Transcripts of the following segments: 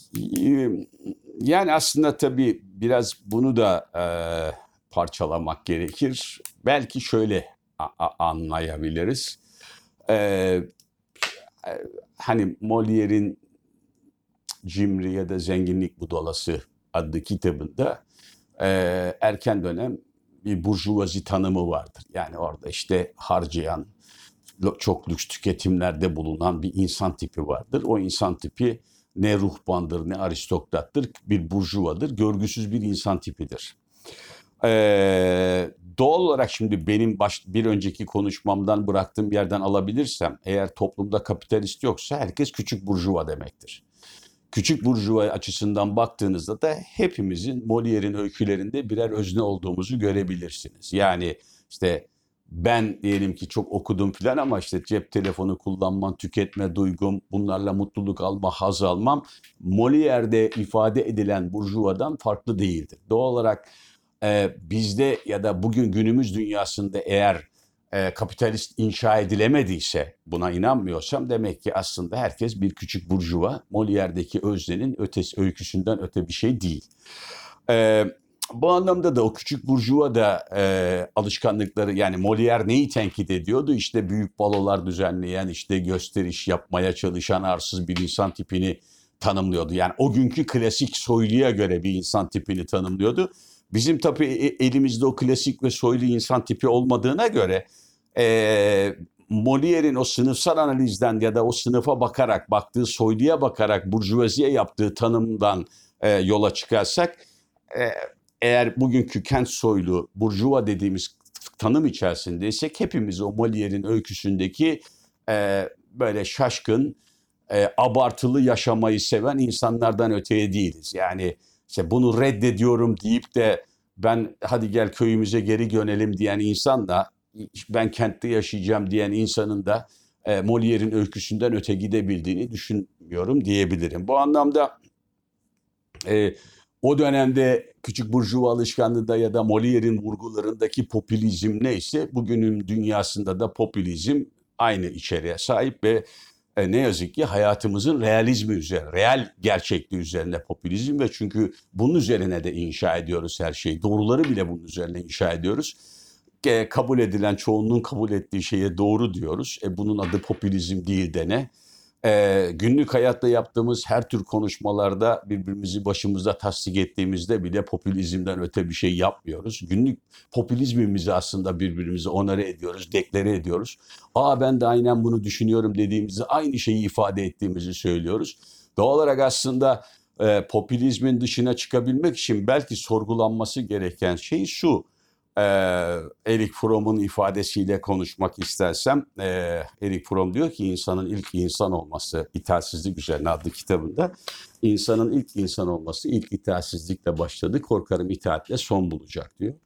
Yani aslında tabii biraz bunu da parçalamak gerekir. Belki şöyle anlayabiliriz. E, Hani Molière'in Cimri ya da Zenginlik Budalası adlı kitabında erken dönem bir burjuvazi tanımı vardır. Yani orada işte harcayan, çok lüks tüketimlerde bulunan bir insan tipi vardır. O insan tipi ne ruhbandır ne aristokrattır, bir burjuvadır, görgüsüz bir insan tipidir. Doğal olarak şimdi benim bir önceki konuşmamdan bıraktığım yerden alabilirsem, eğer toplumda kapitalist yoksa herkes küçük burjuva demektir. Küçük burjuva açısından baktığınızda da hepimizin Molière'in öykülerinde birer özne olduğumuzu görebilirsiniz. Yani işte ben diyelim ki çok okudum filan ama işte cep telefonu kullanmam, tüketme duygum, bunlarla mutluluk alma, haz almam Molière'de ifade edilen burjuvadan farklı değildir. Doğal olarak bizde ya da bugün günümüz dünyasında eğer kapitalist inşa edilemediyse, buna inanmıyorsam, demek ki aslında herkes bir küçük burjuva. Molière'deki öznenin ötesi, öyküsünden öte bir şey değil. E, Bu anlamda da o küçük burjuva da alışkanlıkları, yani Molière neyi tenkit ediyordu? İşte büyük balolar düzenleyen, işte gösteriş yapmaya çalışan arsız bir insan tipini tanımlıyordu. Yani o günkü klasik soyluya göre bir insan tipini tanımlıyordu. Bizim tabii elimizde o klasik ve soylu insan tipi olmadığına göre Molière'in o sınıfsal analizden ya da o sınıfa bakarak, baktığı soyluya bakarak burjuvaziye yaptığı tanımdan yola çıkarsak, e, eğer bugünkü kent soylu burjuva dediğimiz tanım içerisindeysek, hepimiz o Molière'in öyküsündeki böyle şaşkın, abartılı yaşamayı seven insanlardan öteye değiliz. Yani işte bunu reddediyorum deyip de ben hadi gel köyümüze geri dönelim diyen insanla ben kentte yaşayacağım diyen insanın da Molière'in öyküsünden öte gidebildiğini düşünmüyorum diyebilirim. Bu anlamda o dönemde küçük burjuva alışkanlığında ya da Molière'in vurgularındaki popülizm neyse, bugünün dünyasında da popülizm aynı içeriğe sahip ve ne yazık ki hayatımızın realizmi üzerine, real gerçekliği üzerine popülizm, ve çünkü bunun üzerine de inşa ediyoruz her şeyi. Doğruları bile bunun üzerine inşa ediyoruz. Kabul edilen, çoğunluğun kabul ettiği şeye doğru diyoruz. Bunun adı popülizm değil de ne? Günlük hayatta yaptığımız her tür konuşmalarda birbirimizi başımızda tasdik ettiğimizde bile popülizmden öte bir şey yapmıyoruz. Günlük popülizmimizi aslında birbirimize onore ediyoruz, deklare ediyoruz. Ben de aynen bunu düşünüyorum dediğimizde aynı şeyi ifade ettiğimizi söylüyoruz. Doğal olarak aslında popülizmin dışına çıkabilmek için belki sorgulanması gereken şey şu. Erich Fromm'un ifadesiyle konuşmak istersem, Erich Fromm diyor ki insanın ilk insan olması itaatsizlik üzerine adlı kitabında, insanın ilk insan olması ilk itaatsizlikle başladı, korkarım itaatle son bulacak diyor.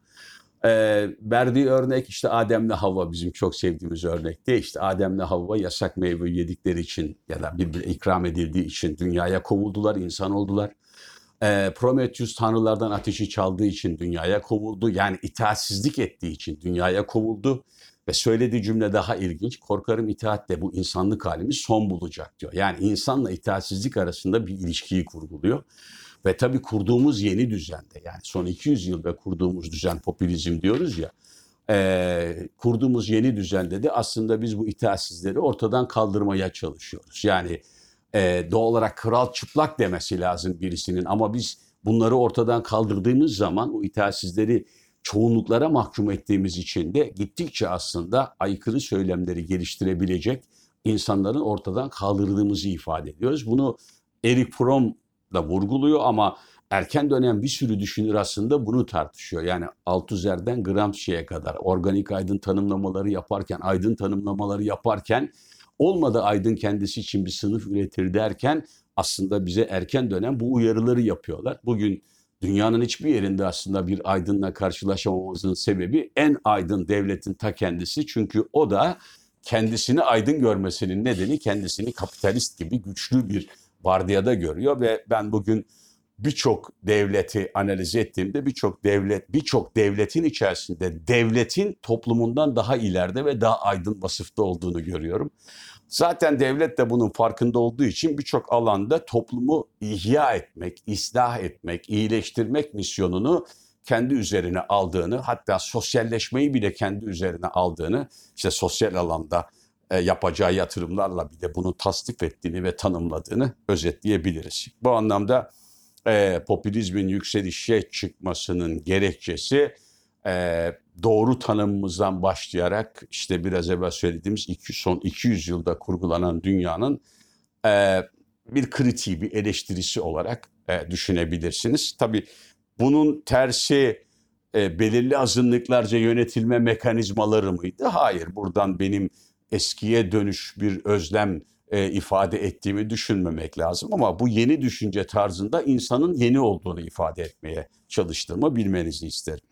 Verdiği örnek işte Adem'le Havva, bizim çok sevdiğimiz örnekte. İşte Adem'le Havva yasak meyve yedikleri için ya da birbirine ikram edildiği için dünyaya kovuldular, insan oldular. Prometheus tanrılardan ateşi çaldığı için dünyaya kovuldu. Yani itaatsizlik ettiği için dünyaya kovuldu. Ve söylediği cümle daha ilginç. Korkarım itaatle bu insanlık halimiz son bulacak diyor. Yani insanla itaatsizlik arasında bir ilişkiyi kurguluyor. Ve tabii kurduğumuz yeni düzende, yani son 200 yılda kurduğumuz düzen popülizm diyoruz ya. Kurduğumuz yeni düzende de aslında biz bu itaatsizleri ortadan kaldırmaya çalışıyoruz. Yani doğal olarak kral çıplak demesi lazım birisinin, ama biz bunları ortadan kaldırdığımız zaman o itaatsizleri çoğunluklara mahkum ettiğimiz için de gittikçe aslında aykırı söylemleri geliştirebilecek insanların ortadan kaldırdığımızı ifade ediyoruz. Bunu Erich Fromm da vurguluyor ama erken dönem bir sürü düşünür aslında bunu tartışıyor. Yani Althusser'den Gramsci'ye kadar organik aydın tanımlamaları yaparken, aydın tanımlamaları yaparken, olmadı aydın kendisi için bir sınıf üretir derken aslında bize erken dönem bu uyarıları yapıyorlar. Bugün dünyanın hiçbir yerinde aslında bir aydınla karşılaşamamamızın sebebi en aydın devletin ta kendisi. Çünkü o da kendisini aydın görmesinin nedeni kendisini kapitalist gibi güçlü bir vardiyada görüyor ve ben bugün birçok devleti analiz ettiğimde birçok devletin içerisinde devletin toplumundan daha ileride ve daha aydın vasıfta olduğunu görüyorum. Zaten devlet de bunun farkında olduğu için birçok alanda toplumu ihya etmek, ıslah etmek, iyileştirmek misyonunu kendi üzerine aldığını, hatta sosyalleşmeyi bile kendi üzerine aldığını, işte sosyal alanda yapacağı yatırımlarla bir de bunu tasdif ettiğini ve tanımladığını özetleyebiliriz. Bu anlamda popülizmin yükselişe çıkmasının gerekçesi doğru tanımımızdan başlayarak işte biraz evvel söylediğimiz son 200 yılda kurgulanan dünyanın bir kritiği, bir eleştirisi olarak düşünebilirsiniz. Tabii bunun tersi belirli azınlıklarca yönetilme mekanizmaları mıydı? Hayır, buradan benim eskiye dönüş bir özlem ifade ettiğimi düşünmemek lazım. Ama bu yeni düşünce tarzında insanın yeni olduğunu ifade etmeye çalıştığımı bilmenizi isterim.